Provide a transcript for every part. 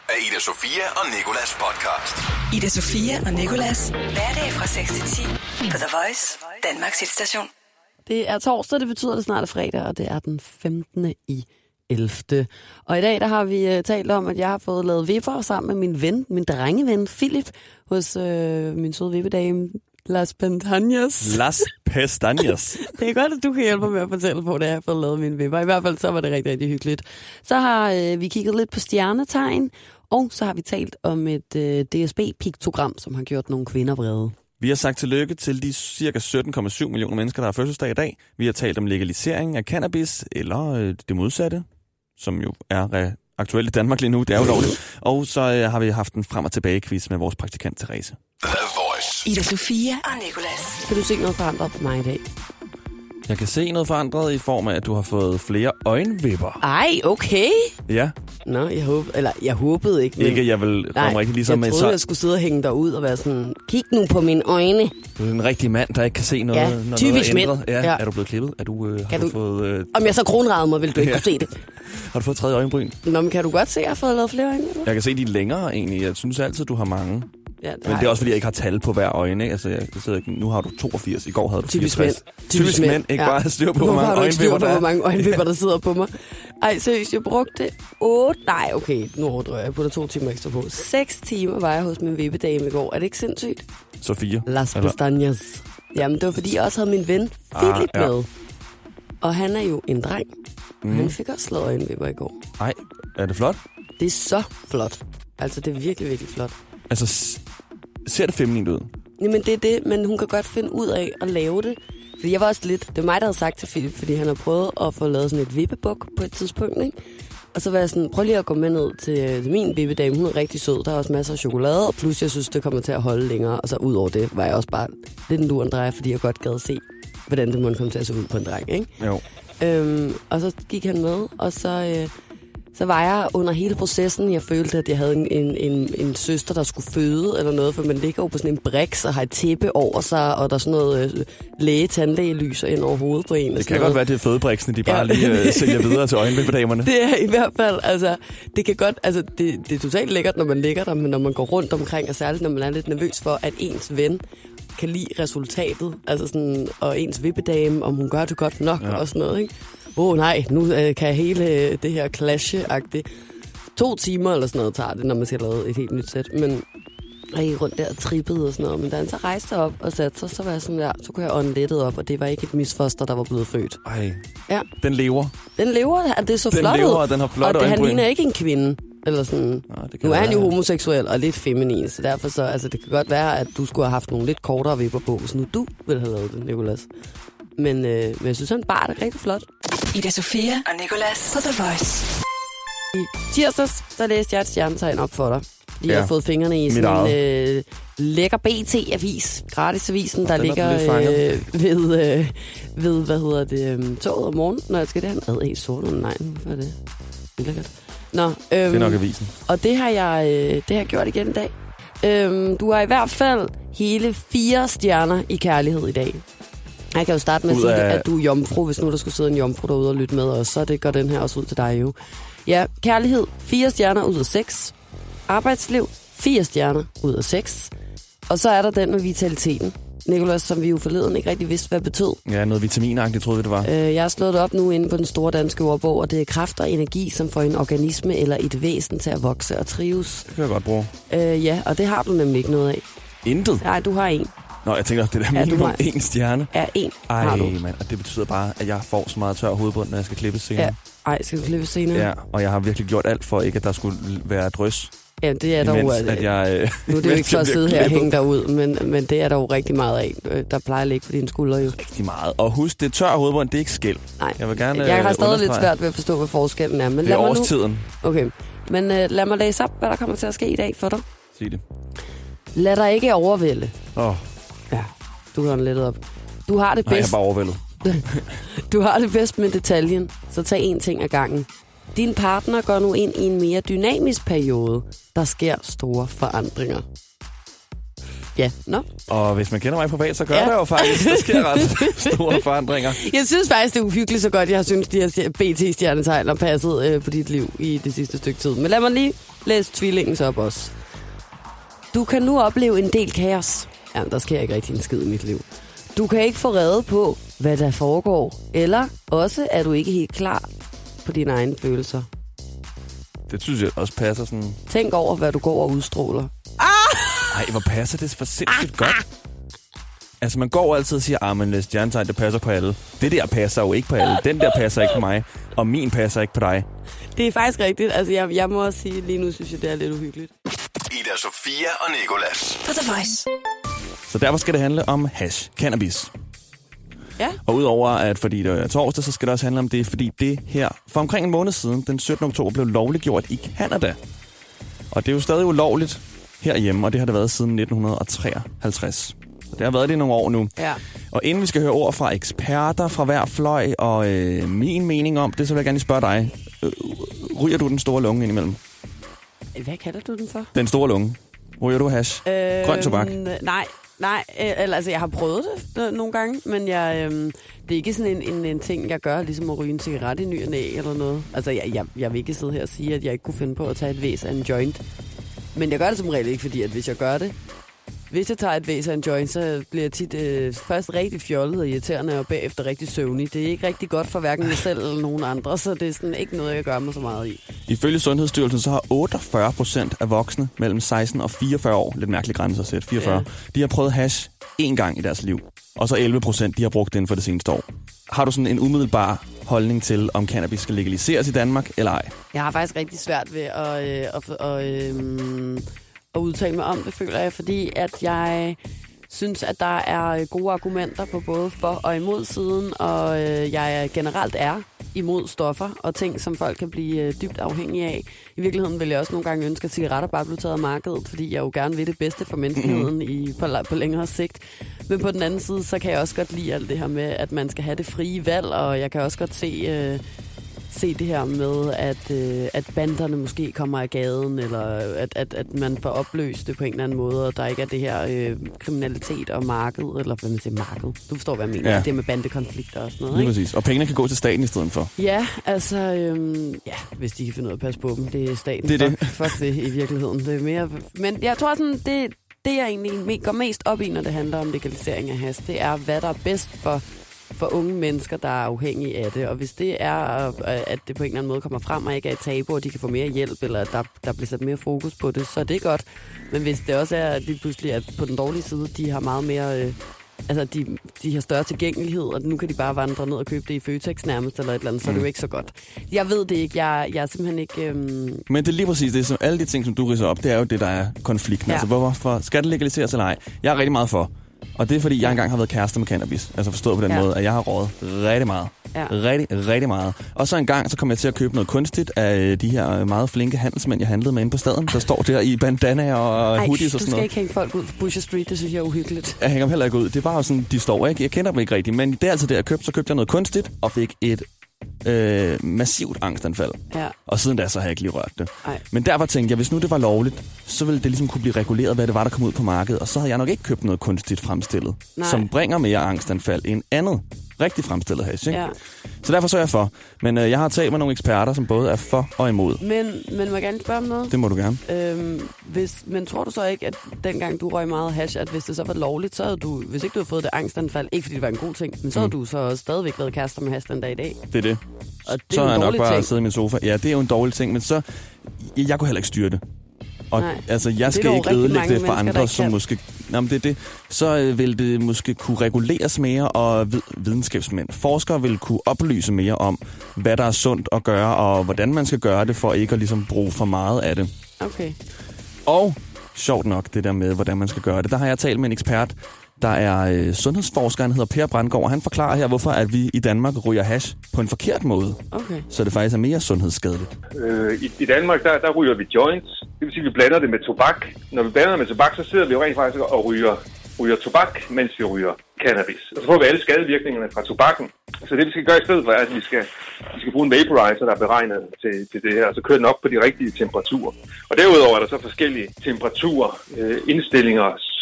af Ida Sofia og Nicolas podcast. Ida Sofia og Nicolas. Hverdag fra 6 til 10 på The Voice, Danmarks hitstation. Det er torsdag, det betyder, at det snart er fredag, og det er den 15. i 11. Og i dag der har vi talt om, at jeg har fået lavet vipper sammen med min ven, min drengeven Philip, hos min søde vippedame Las Pestañas. Las Pestañas. Det er godt, at du kan hjælpe mig med at fortælle på, at jeg har fået lavet mine vipper. I hvert fald så var det rigtig, rigtig hyggeligt. Så har vi kigget lidt på stjernetegn, og så har vi talt om et DSB-piktogram, som har gjort nogle kvinder vrede. Vi har sagt tillykke til de ca. 17,7 millioner mennesker, der har fødselsdag i dag. Vi har talt om legalisering af cannabis, eller det modsatte, som jo er aktuelt i Danmark lige nu. Det er jo lovligt. Og så har vi haft en frem- og tilbage-quiz med vores praktikant Therese. The Voice. Ida Sofia og Nicolas. Kan du se noget forandret på mig i dag? Jeg kan se noget forandret i form af, at du har fået flere øjenvipper. Ej, okay. Ja. Nå, jeg håbede ikke. Ikke, jeg vil komme rigtig ligesom jeg troede, jeg skulle sidde og hænge derud og være sådan, kig nu på mine øjne. Du er en rigtig mand, der ikke kan se noget. Ja, typisk mænd. Ja. Er du blevet klippet? Har du fået... Om jeg så kronragede mig, vil du ikke kunne se det. Har du fået tredje øjenbryn? Nå, men kan du godt se, at jeg har fået lavet flere øjne? Jeg kan se de er længere egentlig. Jeg synes altid, du har mange. Ja, men det er også, fordi jeg ikke har tal på hver øjne. Ikke? Altså, nu har du 82. I går havde du 64. Typisk mænd. Ikke bare have styr på, hvor mange øjenvipper der er. Hvor mange øjenvipper, der sidder på mig. Ej, seriøst, jeg brugte 8... Nej, okay, nu overdrøjer jeg. Putter 2 timer ekstra på. 6 timer var jeg hos min vippedame i går. Er det ikke sindssygt? Sofia. Las Pestañas. Jamen, det var, fordi jeg også havde min ven Philip med. Og han er jo en dreng. Han fik også lavet øjenvipper i går. Ej, er det flot? Det er så flot. Altså, det er virkelig, virkelig flot. Altså, ser det feminint ud? Jamen, det er det, men hun kan godt finde ud af at lave det. Fordi jeg var også lidt... Det var mig, der havde sagt til Philip, fordi han har prøvet at få lavet sådan et vippebuk på et tidspunkt, ikke? Og så var jeg sådan, prøv lige at gå med ned til min vippedame. Hun er rigtig sød. Der er også masser af chokolade, og plus jeg synes, det kommer til at holde længere. Og så ud over det var jeg også bare lidt en lurendrejer, fordi jeg godt gad at se, hvordan det måtte komme til at se ud på en dreng, ikke? Jo. Og så gik han med, og så var jeg under hele processen. Jeg følte, at jeg havde en søster, der skulle føde eller noget, for man ligger jo på sådan en briks og har et tæppe over sig, og der er sådan noget tandlægelyser ind over hovedet på en. Det kan godt være, at det er fødebriksene, de bare lige sælger videre til øjenvippedamerne. Det er i hvert fald, altså, det kan godt, altså, det er totalt lækkert, når man ligger der, men når man går rundt omkring, og særligt når man er lidt nervøs for, at ens ven kan lide resultatet, altså sådan, og ens vippedame, om hun gør det godt nok, og sådan noget, ikke? Nej, nu kan hele det her clashe-agtigt. 2 timer eller sådan noget tager det, når man skal lave et helt nyt sæt. Men jeg gik rundt der og trippede og sådan noget. Men da han så rejste op og satte sig, så var jeg sådan der, så kunne jeg ånde lettet op, og det var ikke et misfoster, der var blevet født. Ej, ja. Den lever. Den lever, og det er så flot ud. Den lever, og den har flot og øjenbryn. Han ligner ikke en kvinde. Eller sådan. Nu er han jo homoseksuel og lidt feminin, så derfor så, altså det kan godt være, at du skulle have haft nogle lidt kortere vipper på, hvis nu du ville have lavet det, Nicolas. Men jeg synes, han bare er rigtig flot. Ida Sofia og Nicolas på The Voice. I tirsdags, der læste jeg et stjernetegn op for dig. Fordi jeg har fået fingrene i sådan en lækker BT-avis. Gratisavisen, der ligger ved hvad hedder det, toget om morgenen, når jeg skal det. Han er helt sort under neglen. Hvorfor er det? Lækkert. Nå, det er nok avisen. Og det har jeg gjort igen i dag. Du har i hvert fald hele 4 stjerner i kærlighed i dag. Jeg kan jo starte med at sige, at du er jomfru, hvis nu der skulle sidde en jomfru derude og lytte med os, så det går den her også ud til dig jo. Ja, kærlighed, 4 stjerner ud af 6. Arbejdsliv, 4 stjerner ud af 6. Og så er der den med vitaliteten. Nicolas, som vi jo forleden ikke rigtig vidste, hvad betød. Ja, noget vitaminagtigt, troede vi, det var. Jeg har slået det op nu inde på den store danske ordbog, og det er kraft og energi, som får en organisme eller et væsen til at vokse og trives. Det kan jeg godt bruge. Ja, og det har du nemlig ikke noget af. Intet? Nej, du har 1. Nå, jeg tænker, det der minimum 1 stjerne. Ja, 1 har du. Mand, og det betyder bare, at jeg får så meget tør hovedbund, når jeg skal klippes senere. Ja, skal du klippes senere? Ja, og jeg har virkelig gjort alt for ikke, at der skulle være drøs. Ja, det er dog... Nu er det jo ikke for at sidde her og hænge derud, men det er der jo rigtig meget af. Der plejer at ligge på dine skuldre jo. Rigtig meget. Og husk, det tør hovedbund, det er ikke skæld. Nej, jeg vil gerne jeg har stadig lidt svært ved at forstå, hvad forskellen er. Men det er årstiden. Okay, men lad mig læse op, hvad der kommer til at ske i dag for dig. Sig det. Lad dig ikke overvælde. Ja, du kan lidt op. Du har det bedst. Nej, jeg er bare overvældet. Du har det bedst med detaljen, så tag 1 ting ad gangen. Din partner går nu ind i en mere dynamisk periode. Der sker store forandringer. Ja, nå. Og hvis man kender mig privat, så gør det jo faktisk. Der sker ret store forandringer. Jeg synes faktisk, det er uhyggeligt så godt. Jeg synes, de her BT-stjernetegn har passet på dit liv i det sidste stykke tid. Men lad mig lige læse tvillingens op også. Du kan nu opleve en del kaos. Ja, der sker ikke rigtig en skid i mit liv. Du kan ikke få rede på, hvad der foregår. Eller også er du ikke helt klar på dine egne følelser. Det synes jeg også passer sådan... Tænk over, hvad du går og udstråler. Ej, hvor passer det for sindssygt godt. Altså, man går altid og siger, men stjernetegn, det passer på alle. Det der passer jo ikke på alle. Den der passer ikke på mig. Og min passer ikke på dig. Det er faktisk rigtigt. Altså, jeg må også sige, lige nu synes jeg, det er lidt uhyggeligt. Ida Sofia og Nicolas. På The Voice. Så derfor skal det handle om hash, cannabis. Ja. Og udover at fordi det er torsdag, så skal det også handle om det, fordi det her for omkring en måned siden, den 17. oktober, blev lovliggjort i Canada. Og det er jo stadig ulovligt herhjemme, og det har det været siden 1953. Så det har været det i nogle år nu. Ja. Og inden vi skal høre ord fra eksperter fra hver fløj, og min mening om det, så vil jeg gerne spørge dig. Ryger du den store lunge indimellem? Hvad kalder du den for? Den store lunge. Ryger du hash? Grøn tobak? Nej, altså jeg har prøvet det nogle gange, men det er ikke sådan en ting, jeg gør, ligesom at ryge en cigaret i ny og næ eller noget. Altså jeg vil ikke sidde her og sige, at jeg ikke kunne finde på at tage et væs af en joint. Men jeg gør det som regel ikke, fordi at hvis jeg gør det, hvis jeg tager et væs af en joint, så bliver jeg tit først rigtig fjollet og irriterende, og bagefter rigtig søvnig. Det er ikke rigtig godt for hverken mig selv eller nogen andre, så det er sådan ikke noget, jeg gør mig så meget i. Ifølge Sundhedsstyrelsen, så har 48% af voksne mellem 16 og 44 år, lidt mærkelig grænse at sætte, 44, de har prøvet hash én gang i deres liv. Og så 11% de har brugt den for det seneste år. Har du sådan en umiddelbar holdning til, om cannabis skal legaliseres i Danmark, eller ej? Jeg har faktisk rigtig svært ved at udtale mig om det, føler jeg, fordi at jeg synes, at der er gode argumenter på både for og imod siden, og jeg generelt er imod stoffer og ting, som folk kan blive dybt afhængige af. I virkeligheden vil jeg også nogle gange ønske, at cigaretter bare blev taget af markedet, fordi jeg jo gerne vil det bedste for menneskeheden på længere sigt. Men på den anden side, så kan jeg også godt lide alt det her med, at man skal have det frie valg, og jeg kan også godt se det her med, at banderne måske kommer af gaden, eller at man får opløst det på en eller anden måde, og der ikke er det her kriminalitet og marked, eller hvad man siger, marked. Du forstår, hvad jeg mener. Ja. Det med bandekonflikter og sådan noget, ikke? Præcis. Og pengene kan gå til staten i stedet for. Ja, altså, hvis de kan finde ud af at passe på dem. Det er staten. Det er fuck det i virkeligheden. Det er mere... Men jeg tror sådan, det jeg egentlig går mest op i, når det handler om legalisering af hash, det er, hvad der er bedst for unge mennesker, der er afhængige af det. Og hvis det er, at det på en eller anden måde kommer frem og ikke er et tabu, og de kan få mere hjælp, eller at der bliver sat mere fokus på det, så er det godt. Men hvis det også er, at de pludselig er på den dårlige side, de har meget mere... de har større tilgængelighed, og nu kan de bare vandre ned og købe det i Føtex nærmest, eller et eller andet, så er det jo ikke så godt. Jeg ved det ikke. Jeg er simpelthen ikke... Men det er lige præcis det, som alle de ting, som du ridser op, det er jo det, der er konflikten. Ja. Altså, hvorfor skal det legaliseres eller ej? Jeg er rigtig meget for. Og det er, fordi jeg engang har været kærester med cannabis. Altså forstået på den måde, at jeg har røget rigtig meget. Ja. Rigtig meget. Og så en gang, så kom jeg til at købe noget kunstigt af de her meget flinke handelsmænd, jeg handlede med inde på staden. Der står der i bandana og hoodies og sådan noget. Du skal ikke hænge folk ud for Pusher Street, det synes jeg er uhyggeligt. Jeg hænger dem heller ikke ud. Det er bare sådan, de står, ikke? Jeg kender dem ikke rigtigt, men det er altså det, jeg købte. Så købte jeg noget kunstigt og fik et massivt angstanfald. Ja. Og siden da, så har jeg ikke lige rørt det. Ej. Men derfor tænkte jeg, hvis nu det var lovligt, så ville det ligesom kunne blive reguleret, hvad det var, der kom ud på markedet. Og så havde jeg nok ikke købt noget kunstigt fremstillet, som bringer mere angstanfald end andet rigtig fremstillet hash, ikke? Ja. Så derfor så er jeg for. Men jeg har talt med nogle eksperter, som både er for og imod. Men må jeg gerne spørge om noget? Det må du gerne. Men tror du så ikke, at dengang du røg meget hash, at hvis det så var lovligt, så havde du, hvis ikke du havde fået det angstanfald, ikke fordi det var en god ting, men så havde du så også stadigvæk været kærester med hash den dag i dag. Det er det. Og det så er jeg nok bare at sidde i min sofa. Ja, det er jo en dårlig ting, men så... Jeg kunne heller ikke styre det. Og altså, jeg skal ikke ødelægge det for andre, som måske... Nå, men det. Så vil det måske kunne reguleres mere, og videnskabsmænd, forskere vil kunne oplyse mere om, hvad der er sundt at gøre, og hvordan man skal gøre det, for ikke at ligesom bruge for meget af det. Okay. Og sjovt nok, det der med, hvordan man skal gøre det. Der har jeg talt med en ekspert, der er sundhedsforskeren, hedder Per Brandgaard, og han forklarer her, hvorfor at vi i Danmark ryger hash på en forkert måde. Okay. Så det faktisk er mere sundhedsskadeligt. I Danmark, der ryger vi joints. Det vil sige, at vi blander det med tobak. Når vi blander det med tobak, så sidder vi jo rent faktisk og ryger tobak, mens vi ryger cannabis. Og så får vi alle skadevirkningerne fra tobakken. Så det, vi skal gøre i stedet for, er, at vi skal bruge en vaporizer, der er beregnet til det her, og så køre den op på de rigtige temperaturer. Og derudover er der så forskellige temperaturer, indstillinger,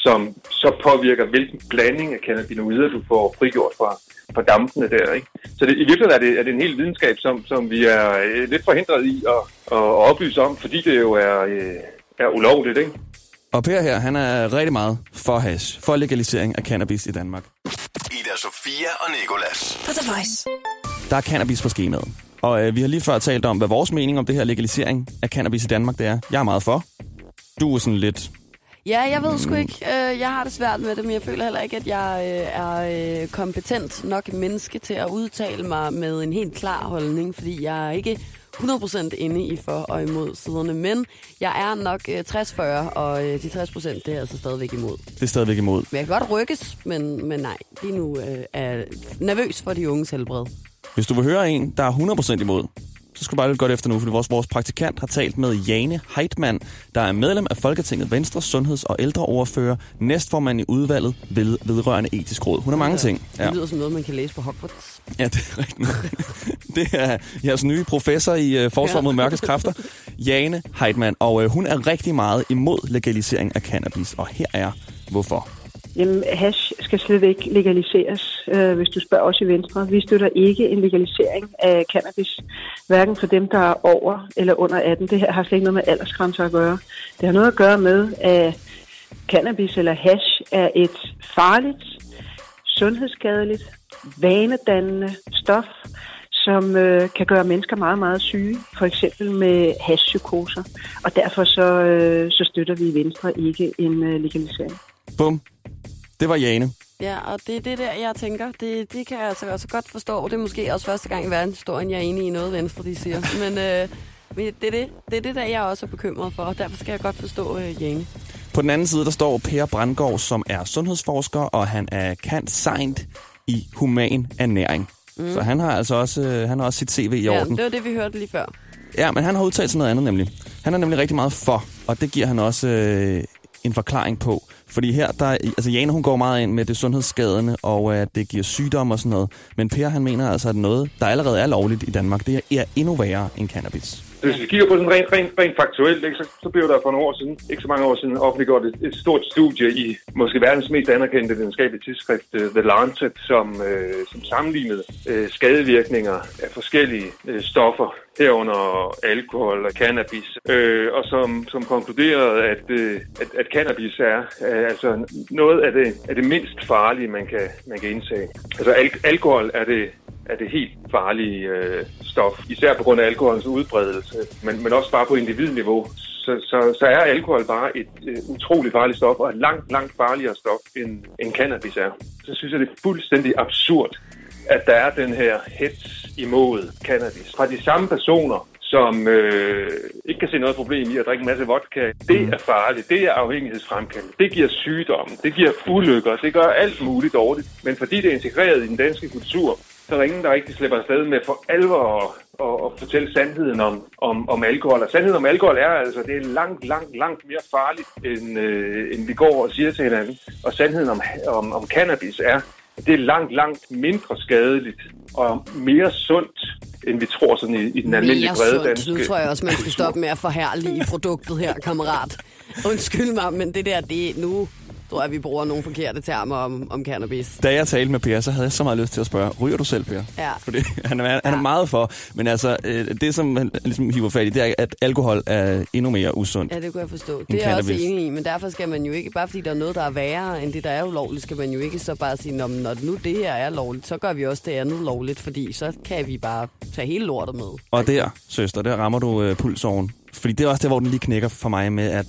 som så påvirker, hvilken blanding af cannabinoider du får frigjort fra dampene der, ikke? Så i virkeligheden er det en hel videnskab, som vi er lidt forhindret i at oplyse om, fordi det jo er ulovligt, ikke? Og Per her, han er rigtig meget for hash, for legalisering af cannabis i Danmark. Ida Sofia og Nicolas. På The Voice. Der er cannabis på skemaet. Og vi har lige før talt om, hvad vores mening om det her legalisering af cannabis i Danmark det er. Jeg er meget for. Du er sådan lidt... Ja, jeg ved sgu ikke. Jeg har det svært med det, men jeg føler heller ikke, at jeg er kompetent nok menneske til at udtale mig med en helt klar holdning, fordi jeg er ikke 100% inde i for og imod siderne. Men jeg er nok 60-40, og de 60% det er altså stadigvæk imod. Det er stadigvæk imod. Men jeg kan godt rykkes, men nej. Lige nu er nervøs for de unges helbred. Hvis du vil høre en, der er 100% imod, så skal du bare lidt godt efter nu, fordi vores praktikant har talt med Jane Heitmann, der er medlem af Folketinget Venstre, Sundheds- og Ældreordfører, næstformand i udvalget vedrørende etisk råd. Hun er mange ting. Det lyder som noget, man kan læse på Hogwarts. Ja, det er rigtigt. Det er jeres nye professor i forsvar mod mørkets kræfter, Jane Heitmann, og hun er rigtig meget imod legalisering af cannabis, og her er hvorfor. Jamen, hash skal slet ikke legaliseres, hvis du spørger os i Venstre. Vi støtter ikke en legalisering af cannabis, hverken for dem, der er over eller under 18. Det her har slet ikke noget med aldersgrænser at gøre. Det har noget at gøre med, at cannabis eller hash er et farligt, sundhedsskadeligt, vanedannende stof, som kan gøre mennesker meget, meget syge, for eksempel med hashpsykoser. Og derfor så støtter vi i Venstre ikke en legalisering. Bum. Det var Jane. Ja, og det er det der, jeg tænker. Det kan jeg altså også godt forstå. Det er måske også første gang i verdenshistorien, jeg er enig i noget Venstre, de siger. Men det er det der, jeg også er bekymret for, og derfor skal jeg godt forstå Jane. På den anden side, der står Per Brandgaard, som er sundhedsforsker, og han er cand.scient i human ernæring. Så han har altså også sit CV i orden. Ja, det var det, vi hørte lige før. Ja, men han har udtalt sig noget andet nemlig. Han er nemlig rigtig meget for, og det giver han også en forklaring på. Fordi her, Jane, hun går meget ind med det sundhedsskadende, og at det giver sygdom og sådan noget. Men Per, han mener altså, at noget, der allerede er lovligt i Danmark, det er endnu værre end cannabis. Hvis vi kigger på sådan rent faktuelt, ikke, så blev der for nogle år siden, ikke så mange år siden, offentliggjort et stort studie i måske verdens mest anerkendte videnskabelige tidsskrift, The Lancet, som sammenlignede skadevirkninger af forskellige stoffer, herunder alkohol og cannabis, og som konkluderede, at cannabis er altså noget af det mindst farlige, man kan indtage. Altså alkohol er det helt farlige stof, især på grund af alkoholens udbredelse, men også bare på individniveau. Så er alkohol bare et utroligt farligt stof, og et langt farligere stof, end cannabis er. Så synes jeg, det er fuldstændig absurd, at der er den her hets imod cannabis fra de samme personer, som ikke kan se noget problem i at drikke en masse vodka. Det er farligt, det er afhængighedsfremkaldende, det giver sygdom, det giver ulykker, det gør alt muligt dårligt. Men fordi det er integreret i den danske kultur, så er der ingen, der rigtig slipper afsted med for alvor at fortælle sandheden om alkohol. Og sandheden om alkohol er altså, det er langt mere farligt, end vi går og siger til hinanden. Og sandheden om cannabis er, at det er langt mindre skadeligt og mere sundt, end vi tror sådan i den almindelige brede danske. Nu tror jeg også, man skal stoppe med at forherlige produktet her, kammerat. Undskyld mig, men det nu tror jeg, vi bruger nogle forkerte termer om cannabis. Da jeg talte med Per, så havde jeg så meget lyst til at spørge, ryger du selv, Per? Ja. Fordi han er meget for, men altså, det som han ligesom hiver fat i, det er, at alkohol er endnu mere usundt. Ja, det kunne jeg forstå. Det er jeg også enig i, men derfor skal man jo ikke, bare fordi der er noget, der er værre end det, der er ulovligt, skal man jo ikke så bare sige, når nu det her er lovligt, så gør vi også det andet lovligt, fordi så kan vi bare tage hele lortet med. Og der, søster, der rammer du pulsåren. Fordi det er også der, hvor den lige knækker for mig med, at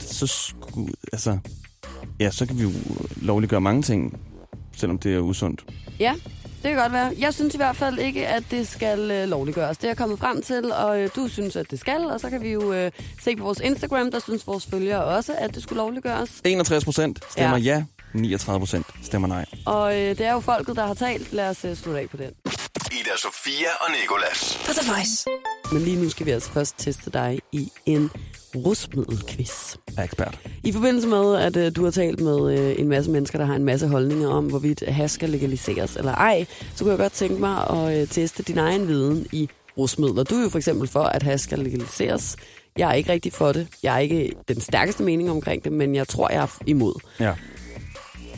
så kan vi jo lovliggøre mange ting, selvom det er usundt. Ja, det kan godt være. Jeg synes i hvert fald ikke, at det skal lovliggøres. Det er jeg kommet frem til, og du synes, at det skal, og så kan vi jo se på vores Instagram, der synes vores følgere også, at det skulle lovliggøres. 61% stemmer ja, 39% stemmer nej. Og det er jo folket, der har talt. Lad os slutte af på den. Ida Sofia og Nicolas. På The Voice. Men lige nu skal vi altså først teste dig i en rusmiddelquiz. Er ekspert. I forbindelse med, at du har talt med en masse mennesker, der har en masse holdninger om, hvorvidt hash skal legaliseres eller ej, så kunne jeg godt tænke mig at teste din egen viden i rusmidler. Du er jo for eksempel for, at hash skal legaliseres. Jeg er ikke rigtig for det. Jeg er ikke den stærkeste mening omkring det, men jeg tror, jeg er imod. Ja.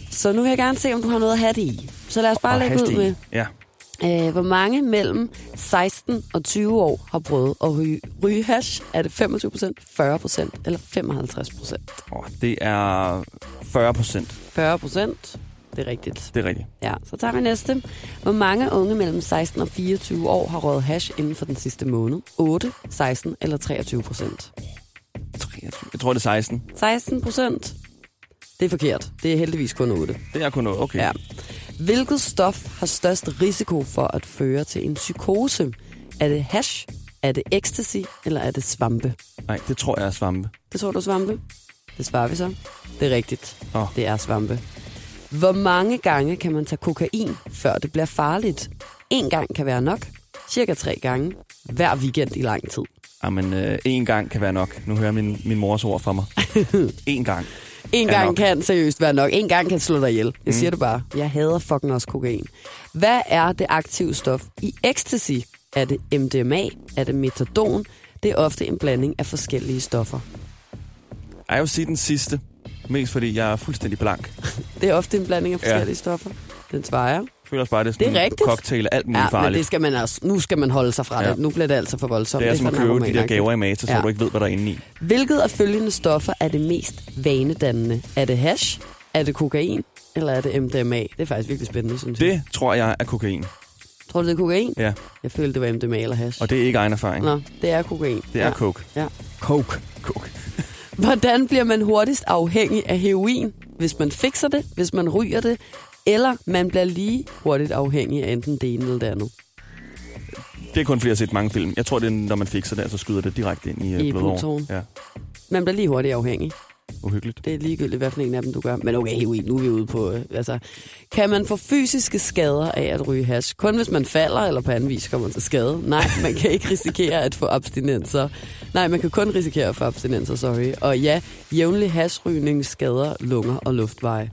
Så nu vil jeg gerne se, om du har noget at have det i. Så lad os bare lægge ud med, hvor mange mellem 16 og 20 år har prøvet at ryge hash. Er det 25%, 40% eller 55%? Det er 40%. 40%. Det er rigtigt. Det er rigtigt. Ja, så tager vi næste. Hvor mange unge mellem 16 og 24 år har røget hash inden for den sidste måned? 8, 16 eller 23%? Jeg tror, det er 16. 16%. Det er forkert. Det er heldigvis kun 8. Det er kun 8, okay. Ja. Hvilket stof har størst risiko for at føre til en psykose? Er det hash, er det ecstasy eller er det svampe? Nej, det tror jeg er svampe. Det tror du er svampe? Det svarer vi så. Det er rigtigt. Oh. Det er svampe. Hvor mange gange kan man tage kokain, før det bliver farligt? 1 gang kan være nok. Cirka 3 gange. Hver weekend i lang tid. Jamen, 1 gang kan være nok. Nu hører min mors ord for mig. 1 gang. 1 gang kan seriøst være nok. 1 gang kan slå dig ihjel. Jeg siger det bare. Jeg hader fucking også kokain. Hvad er det aktive stof i ecstasy? Er det MDMA? Er det metadon? Det er ofte en blanding af forskellige stoffer. Jeg vil sige den sidste. Mest fordi jeg er fuldstændig blank. Det er ofte en blanding af forskellige stoffer. Den svarer jeg. Jeg føler også bare, det er sådan en cocktail af alt muligt farligt. Men det skal man også. Nu skal man holde sig fra det. Nu bliver det altså for voldsomt. Det er som at købe de der gaver i Mata, så du ikke ved, hvad der er inde i. Hvilket af følgende stoffer er det mest vanedannende? Er det hash? Er det kokain? Eller er det MDMA? Det er faktisk virkelig spændende, synes jeg. Det tror jeg er kokain. Tror du, det er kokain? Ja. Jeg følte, det var MDMA eller hash. Og det er ikke egen erfaring. Nå, det er kokain. Det er coke. Ja. Coke. Hvordan bliver man hurtigst afhængig af heroin? Hvis man fikser det, hvis man ryger det, eller man bliver lige hurtigt afhængig af enten det ene eller det andet? Det er kun fordi, jeg har set mange film. Jeg tror, det er, når man fikser det, så skyder det direkte ind i blodåren. Ja. Man bliver lige hurtigt afhængig. Uhyggeligt. Det er ligegyldigt, hvad for en af dem du gør. Men okay, heroin, nu er vi ude på... kan man få fysiske skader af at ryge hash? Kun hvis man falder, eller på anden vis kommer man til skade? Nej, man kan ikke risikere at få abstinenser. Nej, man kan kun risikere at få abstinenser, sorry. Og ja, jævnlig hashrygning skader lunger og luftveje.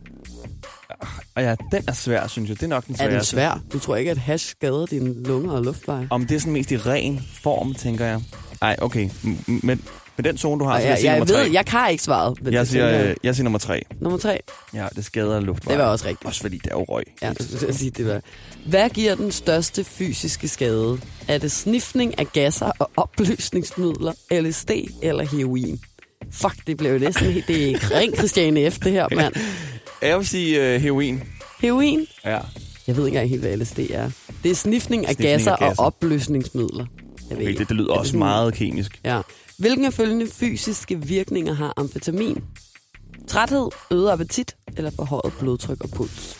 Og ja, den er svær, synes jeg. Det er nok den sværeste. Er den svær? Du tror ikke, at hash skader dine lunger og luftveje? Om det er sådan mest i ren form, tænker jeg. Ej, okay. Men den zone, du har, så jeg nummer 3. Jeg kan ikke svaret. Jeg siger nummer 3. Nummer 3? Ja, det skader luftveje. Det var også rigtigt. Også fordi det er jo røg. Ja, det skulle jeg sige, det var. Hvad giver den største fysiske skade? Er det sniffning af gasser og opløsningsmidler, LSD eller heroin? Fuck, det blev jo næsten helt... Det er ren Christiane F, det her, mand. Jeg vil sige heroin. Heroin? Ja. Jeg ved ikke engang helt, hvad LSD er. Det er sniffning af gasser og opløsningsmidler. Okay, det lyder også meget kemisk. Ja. Hvilken af følgende fysiske virkninger har amfetamin? Træthed, øget appetit eller forhøjet blodtryk og puls?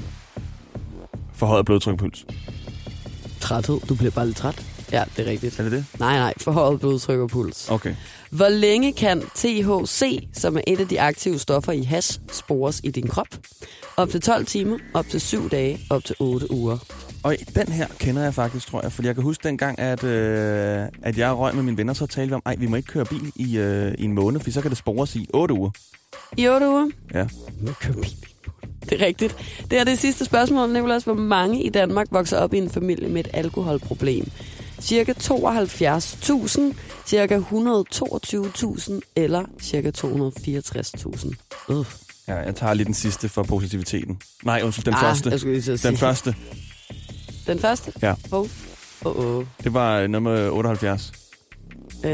Forhøjet blodtryk og puls. Træthed. Du bliver bare lidt træt. Ja, det er rigtigt. Er det det? Nej. Forhøjet blodtryk og puls. Okay. Hvor længe kan THC, som er et af de aktive stoffer i hash, spores i din krop? Op til 12 timer, op til 7 dage, op til 8 uger. Og den her kender jeg faktisk, tror jeg. Fordi jeg kan huske dengang, at jeg røg med mine venner, så talte vi om, vi må ikke køre bil i en måned, for så kan det spores i 8 uger. I 8 uger? Ja. Vi må køre bil i en måned. Det er rigtigt. Det er det sidste spørgsmål, Nicolas. Hvor mange i Danmark vokser op i en familie med et alkoholproblem? Cirka 72.000, cirka 122.000 eller cirka 264.000. Ja, jeg tager lige den sidste for positiviteten. Nej, undskyld, den første. Jeg skulle lige sige. Den første. Den første? Ja. Det var nummer 78. 72.000,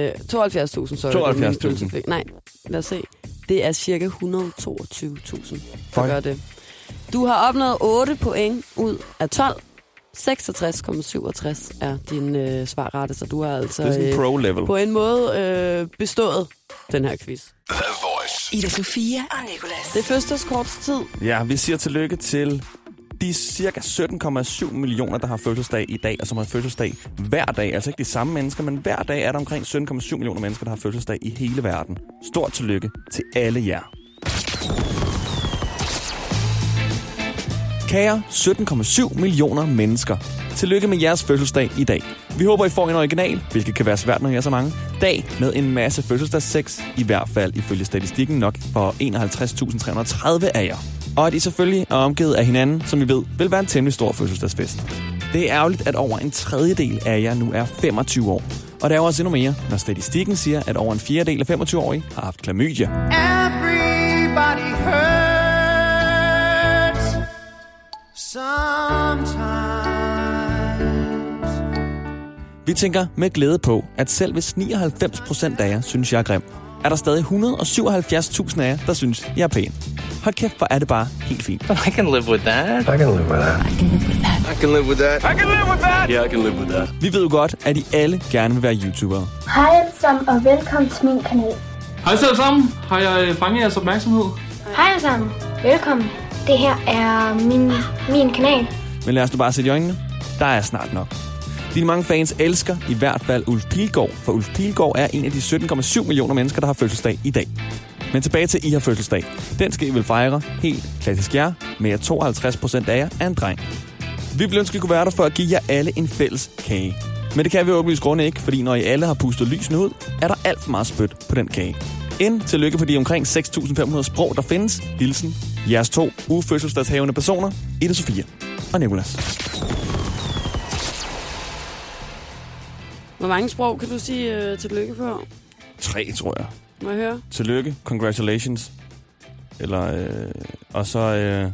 sorry. 72.000. Nej, lad os se. Det er cirka 122.000, der gør det. Du har opnået 8 point ud af 12. 66,67 er din svarrate, så du har altså pro-level. På en måde bestået den her quiz. The Voice. Ida Sofia og Nicolas. Det er fødselsdagskortstid. Ja, vi siger tillykke til de cirka 17,7 millioner, der har fødselsdag i dag, og som har fødselsdag hver dag. Altså ikke de samme mennesker, men hver dag er der omkring 17,7 millioner mennesker, der har fødselsdag i hele verden. Stort tillykke til alle jer. Kære 17,7 millioner mennesker. Tillykke med jeres fødselsdag i dag. Vi håber, I får en original, hvilket kan være svært, når I er så mange, dag med en masse fødselsdagssex, i hvert fald ifølge statistikken nok for 51.330 af jer. Og at I selvfølgelig er omgivet af hinanden, som I ved, vil være en temmelig stor fødselsdagsfest. Det er ærgerligt, at over en tredjedel af jer nu er 25 år. Og det er også endnu mere, når statistikken siger, at over en fjerdedel af 25-årige har haft klamydia. Everybody hurts. Vi tænker med glæde på, at selv hvis 99% af jer synes, jeg er grim, er der stadig 177.000 af jer, der synes, jeg er pæn. Hold kæft, hvor er det bare helt fint. I can live with that. I can live with that. I can live with that. I can live with that. I can live with that. Yeah, I can live with that. Vi ved jo godt, at I alle gerne vil være YouTubere. Hej alle sammen, og velkommen til min kanal. Hej alle sammen. Har jeg fanget jeres opmærksomhed? Hej alle sammen. Velkommen. Det her er min kanal. Men lad os nu bare sætte i øjnene. Der er snart nok. Dine mange fans elsker i hvert fald Ulf Pilgaard, for Ulf Pilgaard er en af de 17,7 millioner mennesker, der har fødselsdag i dag. Men tilbage til, I har fødselsdag. Den skal I vel fejre helt klassisk jer, med at 52% af jer er en dreng. Vi ville ønske, at vi kunne være der for at give jer alle en fælles kage. Men det kan vi åbenlyst grunde ikke, fordi når I alle har pustet lysene ud, er der alt for meget spyt på den kage. Tillykke på de omkring 6.500 sprog, der findes. Hilsen, jeres 2 ufødselsdagshavende personer, Ida Sofia og Nicolas. Hvor mange sprog kan du sige tillykke på? 3, tror jeg. Må jeg høre? Tillykke, congratulations. Eller, og så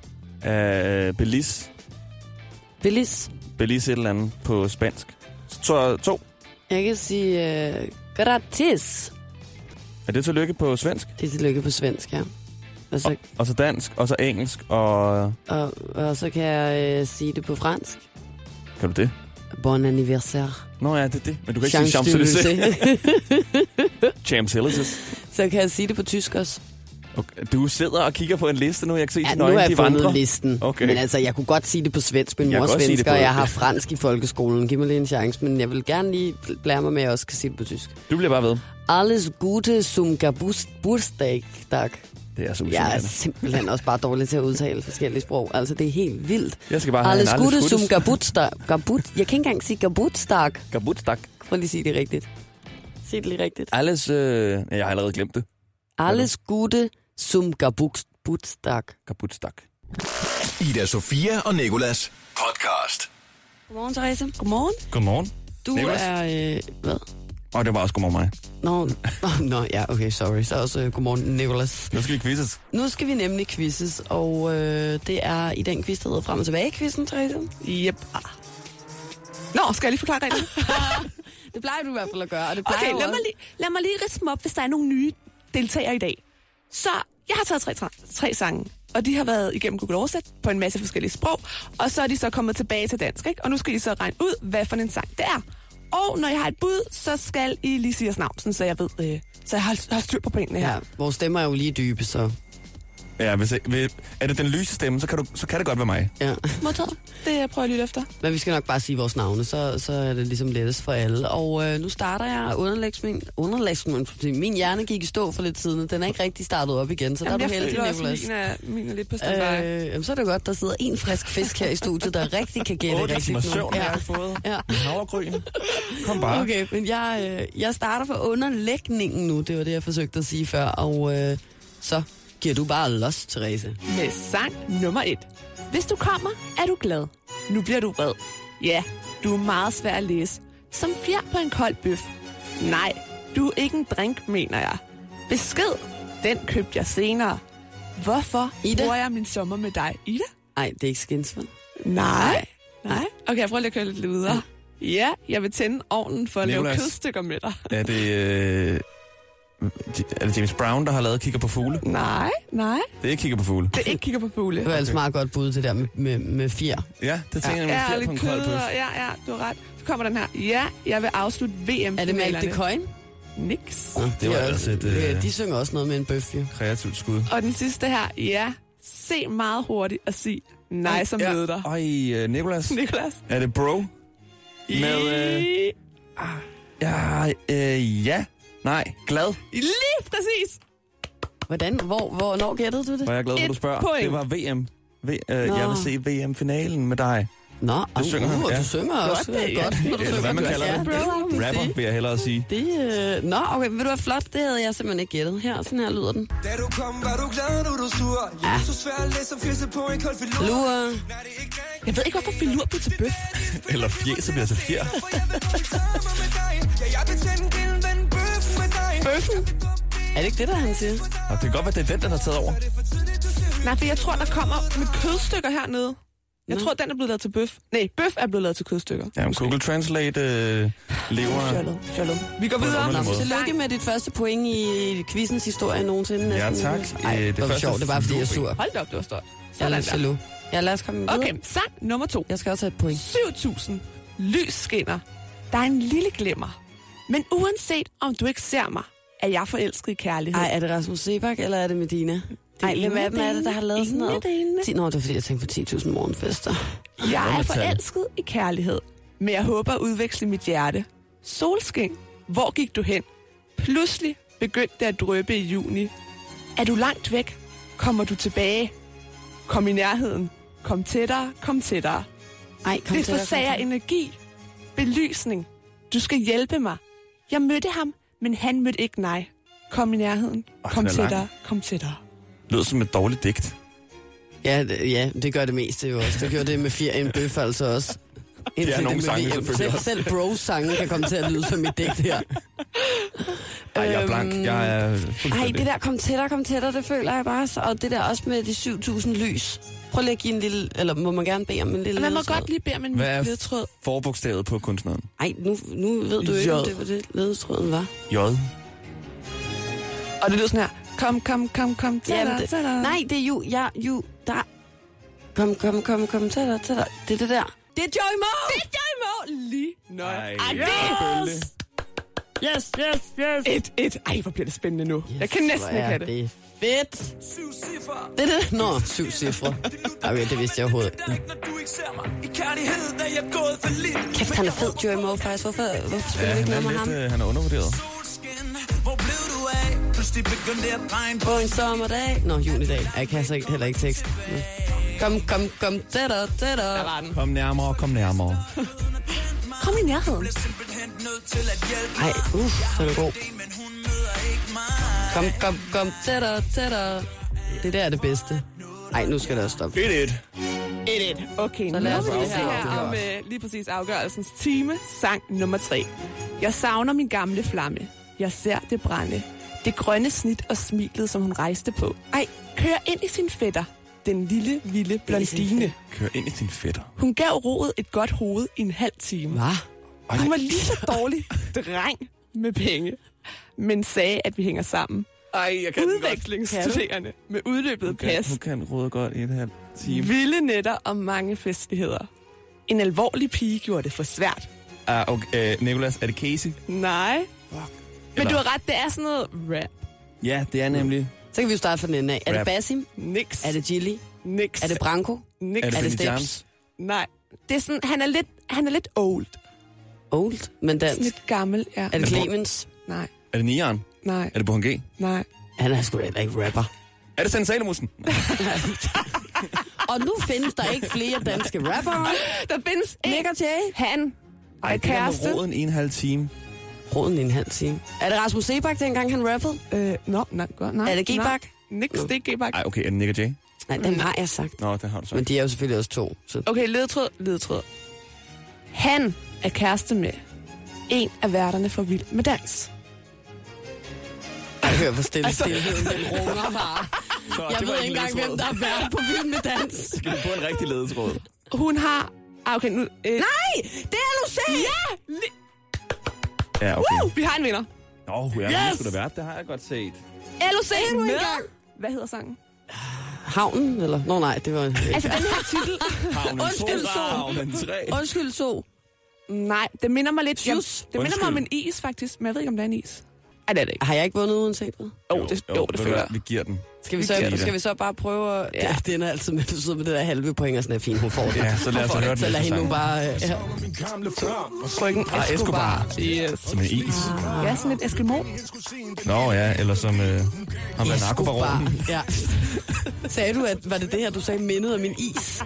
Belize. Belize? Belize et eller andet på spansk. Så 2. Jeg kan sige gratis. Er det tillykke på svensk? Det er tillykke på svensk, ja. Og så dansk, og så engelsk, og så kan jeg sige det på fransk. Kan du det? Bon anniversaire. Nå ja, det er det. Men du kan ikke sige Champs-Élysées. Champs-Élysées. Så kan jeg sige det på tysk også. Okay. Du sidder og kigger på en liste nu. Jeg kan se nu har jeg fundet listen. Okay. Men altså, jeg kunne godt sige det på svensk. Min mor er svensker, og jeg har fransk i folkeskolen. Giv mig lige en chance, men jeg vil gerne lige lære mig med, at jeg også kan sige det på tysk. Du bliver bare ved. Alles Gute zum Geburtstag. Det er så jeg er simpelthen også bare dårlig til at udtale forskellige sprog. Altså, det er helt vildt. Jeg skal bare Alles Gute zum Geburtstag. Jeg kan ikke engang sige Geburtstag. Geburtstag. Prøv lige at sige det rigtigt. Sig det lige rigtigt. Alles, jeg har allerede glemt det. Alles Gute zum Geburtstag. Geburtstag. Ida Sofia og Nicolas podcast. Godmorgen, Therese. Godmorgen. Godmorgen. Du Nicolas. Er... hvad? Det var også godmorgen mig. Nå, ja, okay, sorry. Så også godmorgen, Nicolas. Nu skal vi quizzes. Nu skal vi nemlig quizzes, og det er i den quiz, der hedder Frem og Tilbage-quizzen, Therese. Yep. Nå, skal jeg lige forklare reglerne? Det plejer du i hvert fald at gøre, og det okay, lad mig lige ridse dem op, hvis der er nogle nye deltagere i dag. Så jeg har taget 3 sange, og de har været igennem Google Oversæt på en masse forskellige sprog, og så er de så kommet tilbage til dansk, ikke? Og nu skal de så regne ud, hvad for en sang det er. Og når jeg har et bud, så skal I lige sige jeres navn, så jeg ved, så jeg har styr på pointene her. Ja, vores stemmer er jo lige dybe, så... Ja, er det den lyse stemme, så kan det godt være mig. Ja. Modtaget. Det prøver jeg lige efter. Men vi skal nok bare sige vores navne, så er det ligesom lettest for alle. Og nu starter jeg underlægsningen. Min hjerne gik i stå for lidt siden. Den er ikke rigtig startet op igen, så der er du heldig, Nicolas. Min er lidt på standby. Så er det godt, der sidder en frisk fisk her i studiet, der rigtig kan gætte rigtigt nu. Søvn, jeg har fået. Ja. Havregryn. Kom bare. Okay, men jeg starter for underlægningen nu. Det var det, jeg forsøgte at sige før. Og så giver du bare los, Therese. Med sang nummer 1. Hvis du kommer, er du glad. Nu bliver du vred. Ja, du er meget svær at læse. Som fjer på en kold bøf. Nej, du er ikke en drink, mener jeg. Besked, den købte jeg senere. Hvorfor bruger jeg min sommer med dig, Ida? Nej, det er ikke Skinsfeld. Nej. Okay, jeg prøver lige at køre lidt videre. Ja, jeg vil tænde ovnen for at lave kødstykker med dig. Er det James Brown, der har lavet Kigger på fugle? Nej. Det er ikke Kigger på fugle. Det er ikke Kigger på fugle. Det var altså meget godt bud til der med fjer. Ja, det tænker jeg med fjer på en kold bøf. Ja, du har ret. Så kommer den her. Ja, jeg vil afslutte VM-finalerne. Er det Malk de Coin? Niks. Det var altså et... De synger også noget med en bøf, jo. Kreativt skud. Og den sidste her. Ja, se meget hurtigt og sig nej som møder dig. Nicolas. Er det bro? Med... Ja. Nej, glad. Lige præcis. Hvordan? Hvornår gættede du det? Hvor jeg er glad, at du spørger. Point. Det var VM. Jeg vil se VM-finalen med dig. Nå, du synger han. Du synger også godt. Eller hvad man kalder det. Rapper, vil jeg hellere sige. Nå, okay, vil du være flot? Det havde jeg simpelthen ikke gættet. Sådan her lyder den. Da du kom, var du glad, nu du sur. Jeg er så svær at læse og fisse på en kold filur. Lur. Jeg ved ikke, hvorfor filur bliver til bøf. Eller fjeset bliver til fjer. Bøffen? Er det ikke det, der han siger? Og det kan godt være, det er den, der har taget over. Nej, for jeg tror, der kommer med kødstykker hernede. Jeg tror, den er blevet lavet til bøf. Nej, bøf er blevet lavet til kødstykker. Ja, Google Translate lever... Fjollet. Vi går videre. Tillykke med dit første point i quizens historie nogensinde. Ja, tak. Ej, det var sjovt, det var fordi jeg er sur. Hold da op, det var stort. Ja, lad os komme videre. Okay, sang nummer 2. Jeg skal også have et point. 7.000 lys skinner. Der er en lille glimmer. Men uanset om du ikke ser mig, er jeg forelsket i kærlighed. Ej, er det Rasmus Sebak, eller er det Medina? Nej, hvem af dem er det, der har lavet sådan noget? Nå, det var fordi, jeg tænkte på 10.000 morgenfester. Jeg er forelsket i kærlighed, men jeg håber at udveksle mit hjerte. Solskin, hvor gik du hen? Pludselig begyndte det at dryppe i juni. Er du langt væk? Kommer du tilbage? Kom i nærheden. Kom tættere, kom tættere. Ej, kom det forsager energi. Belysning. Du skal hjælpe mig. Jeg mødte ham, men han mødte ikke mig. Kom i nærheden. Kom tættere, kom tættere. Lød som et dårligt digt. Ja, det gør det meste jo også. Det gør det med Fjerien Bøf altså også. Det er nogle sange, selvfølgelig. Selv Bros-sange kan komme til at lyde som et digt her. Ej, jeg er blank. Jeg er ej, det der kom tættere, det føler jeg bare. Og det der også med de 7.000 lys. Prøv lige at give en lille, eller må man gerne bede om en lille man må ledetråd. godt lige bede om en ledetråd. Hvad er forbogstavet på kunstneren? Ej, nu ved du ikke, om det var det ledetråden var. J. Og det lyder sådan her. Kom, tættere. Nej, det er der. Kom, tættere. Det er det der. Det er Joey Moe! Det er Joey Moe! Lige nøjagtigt. Yes! 1-1. Ej, hvor bliver det spændende nu. Yes, jeg kan næsten ikke have det. Det er fedt. Det er det. Nå, 7 cifre. Okay, det vidste jeg overhovedet ikke. Kæft, han er fed, Joey Moe, faktisk. Hvorfor spiller vi ikke noget med ham? Han er undervurderet. På en sommerdag. Nå, junidag. Jeg kan altså heller ikke tekst. Kom, tættere. Der var den. Kom nærmere. Kom i nærheden. Ej, så er det god. Kom, tættere. Det der er det bedste. Ej, nu skal det også stoppe. 1-1. Okay, så lad os se her om lige præcis afgørelsens time. Sang nummer 3. Jeg savner min gamle flamme. Jeg ser det brænde. Det grønne snit og smilet, som hun rejste på. Ej, kører ind i sin fætter. Den lille, vilde blondine. Kører ind i sin fætter. Hun gav rodet et godt hoved i en halv time. Hvad? Hun var lige så dårlig dreng med penge, men sagde, at vi hænger sammen. Ej, jeg kan udvekslingsstuderende med udløbet pas. Hun kan rode godt i en halv time. Vilde nætter og mange festligheder. En alvorlig pige gjorde det for svært. Okay, Nicolas, er det Casey? Nej. Fuck. Men du har ret, det er sådan noget rap. Ja, det er nemlig. Så kan vi jo starte fra den ende af. Er rap. Det Basim? Nix. Er det Gilly? Nix. Er det Branko? Nix. Er det Steps? Jams? Nej. Det er sådan, han er lidt old. Old, men dansk. Lidt gammel, ja. Er det Clemens? Nej. Er det Nian? Nej. Er det Bohan G? Nej. Han er sgu da heller ikke rapper. Er det Sande Salomussen? Og nu findes der ikke flere danske rappere. Der findes Nick og Jay. Han Ej, det er med roden i en halv time. Roden i en halv time. Er det Rasmus Sebak, dengang han rappede? Nej. Er det G-Bak? Nix, det er G-Bak. Ej, okay, er det Nick og Jay? Nej, den har jeg sagt. Nå, det har du sagt. Men de er jo selvfølgelig også 2. Så. Okay, ledetråd. Han er kæreste med en af værterne for Vild med Dans. Jeg hører, hvor stillheden den runger bare. Jeg ved ikke engang, hvem der er vært på Vild med Dans. Skal du få en rigtig ledetråd? Hun har... Okay, nu... Nej! Det er LOC! Ja! Ja, okay. Vi har en vinder. Nå, ja, skulle da været. Det har jeg godt set. LOC med... Hvad hedder sangen? Havnen, eller? Nå nej, det var... Altså, den her titel... Undskyld, så. Nej, det minder mig lidt... Just. Det minder mig om en is, faktisk. Men jeg ved ikke, om det er en is. Ej, det er det ikke. Har jeg ikke vundet uanset hvad? Det føler jeg. Vi giver den. Skal vi så bare prøve at... Ja, det er altid med, du sidder med det der halve point, og sådan er fint, hun får det. Ja, så lad os høre den. Så lad hende nu bare... Frøken Escobar. Yes. Som en is. Ja, sådan et Eskimo. Nå ja, eller som... ham der narkobaronen. Ja. Sagde du, at var det her, du sagde mindet om min is?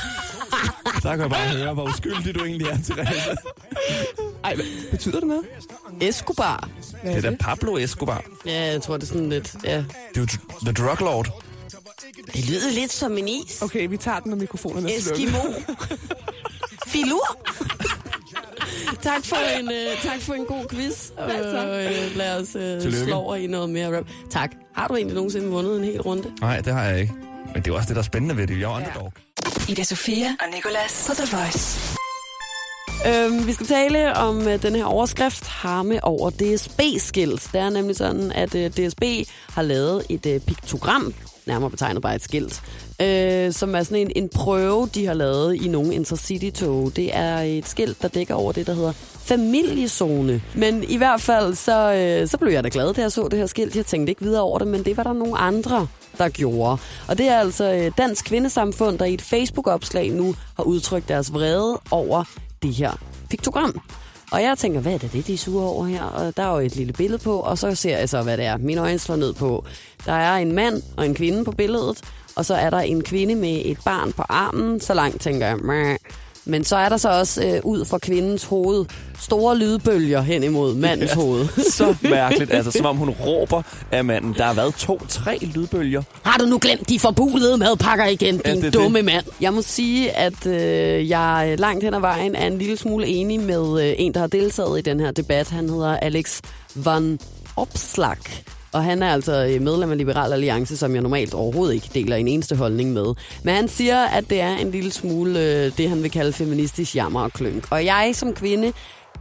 Der kan jeg bare høre, hvor uskyldig du egentlig er, Therese. Ej, hvad betyder det noget? Escobar. Det er da Pablo Escobar. Ja, jeg tror, det er sådan lidt... Ja. Det er jo The Drug Lord. Det lyder lidt som en is. Okay, vi tager den, når mikrofonerne er slukket. Eskimo. Filur. Tak for en god quiz. Lad os slå over i noget mere rap. Tak. Har du egentlig nogensinde vundet en hel runde? Nej, det har jeg ikke. Men det er jo også det, der er spændende ved det. Jeg er underdog. Ida Sofia og Nicolas på The Voice. Vi skal tale om den her overskrift, harme over DSB-skilt. Det er nemlig sådan, at DSB har lavet et piktogram, nærmere betegnet bare et skilt, som er sådan en prøve, de har lavet i nogle intercity-tog. Det er et skilt, der dækker over det, der hedder familiezone. Men i hvert fald, så blev jeg da glad, da jeg så det her skilt. Jeg tænkte ikke videre over det, men det var der nogle andre, der gjorde. Og det er altså Dansk Kvindesamfund, der i et Facebook-opslag nu har udtrykt deres vrede over det her piktogram. Og jeg tænker, hvad er det, de er sure over her? Og der er jo et lille billede på, og så ser jeg så, hvad det er. Mine øjne slår ned på. Der er en mand og en kvinde på billedet, og så er der en kvinde med et barn på armen. Så langt tænker jeg, meh. Men så er der så også ud fra kvindens hoved store lydbølger hen imod mandens hoved. Så mærkeligt, altså som om hun råber af manden. Der har været 2-3 lydbølger. Har du nu glemt de forbulede madpakker igen, din dumme mand? Jeg må sige, at jeg langt hen ad vejen er en lille smule enig med en, der har deltaget i den her debat. Han hedder Alex Van Opslag. Og han er altså medlem af Liberal Alliance, som jeg normalt overhovedet ikke deler en eneste holdning med. Men han siger, at det er en lille smule det, han vil kalde feministisk jammer og klønk. Og jeg som kvinde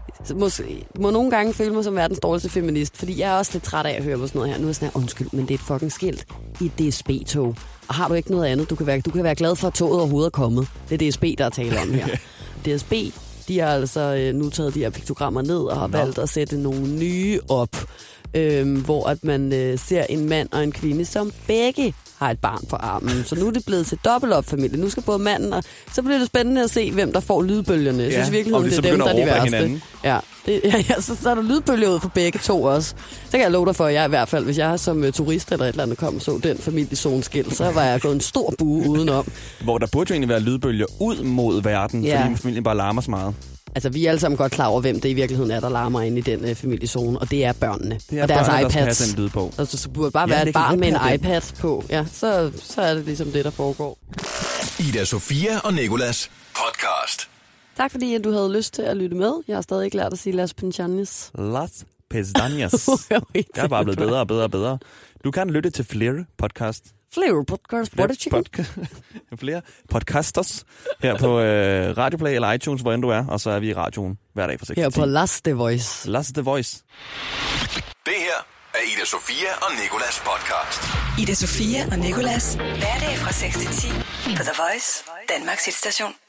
må nogle gange føle mig som verdens dårligste feminist, fordi jeg er også lidt træt af at høre på sådan noget her. Nu er jeg sådan her, undskyld, men det er et fucking skilt i et DSB-tog. Og har du ikke noget andet, du kan være glad for, at toget overhovedet er kommet. Det er DSB, der er tale om her. DSB, de har altså nu taget de her piktogrammer ned og har valgt at sætte nogle nye op. Hvor at man ser en mand og en kvinde, som begge har et barn på armen. Så nu er det blevet til dobbeltopfamilie. Nu skal både manden og... Så bliver det spændende at se, hvem der får lydbølgerne. Jeg synes virkelig, det er dem, der er de værste. Ja, så er der lydbølger ud for begge to også. Så kan jeg love dig for, at jeg i hvert fald, hvis jeg som turist eller et eller andet kom og så den familiezoneskilt, så var jeg gået en stor bue udenom. Hvor der burde jo egentlig være lydbølger ud mod verden, fordi familien bare larmer så meget. Altså, vi er alle sammen godt klar over, hvem det i virkeligheden er, der larmer inde i den familiezone, og det er børnene. Det er og deres børnene, iPads. Der lyd på. Altså, så burde bare være et barn med en iPad på. Ja, så er det ligesom det, der foregår. Ida Sofia og Nicolas podcast. Tak fordi du havde lyst til at lytte med. Jeg har stadig ikke lært at sige Las Pinchanas. Las Pestañas. Jeg er bare blevet bedre og bedre og bedre. Du kan lytte til flere podcast. Flere podcasters her på Radioplay eller iTunes, hvor end du er. Og så er vi i radioen hver dag fra 6 til 10. Her på Last The Voice. Last The Voice. Det her er Ida Sofia og Nicolas podcast. Ida Sofia og Nicolas. Hverdag fra 6 til 10 på The Voice, Danmarks hitstation.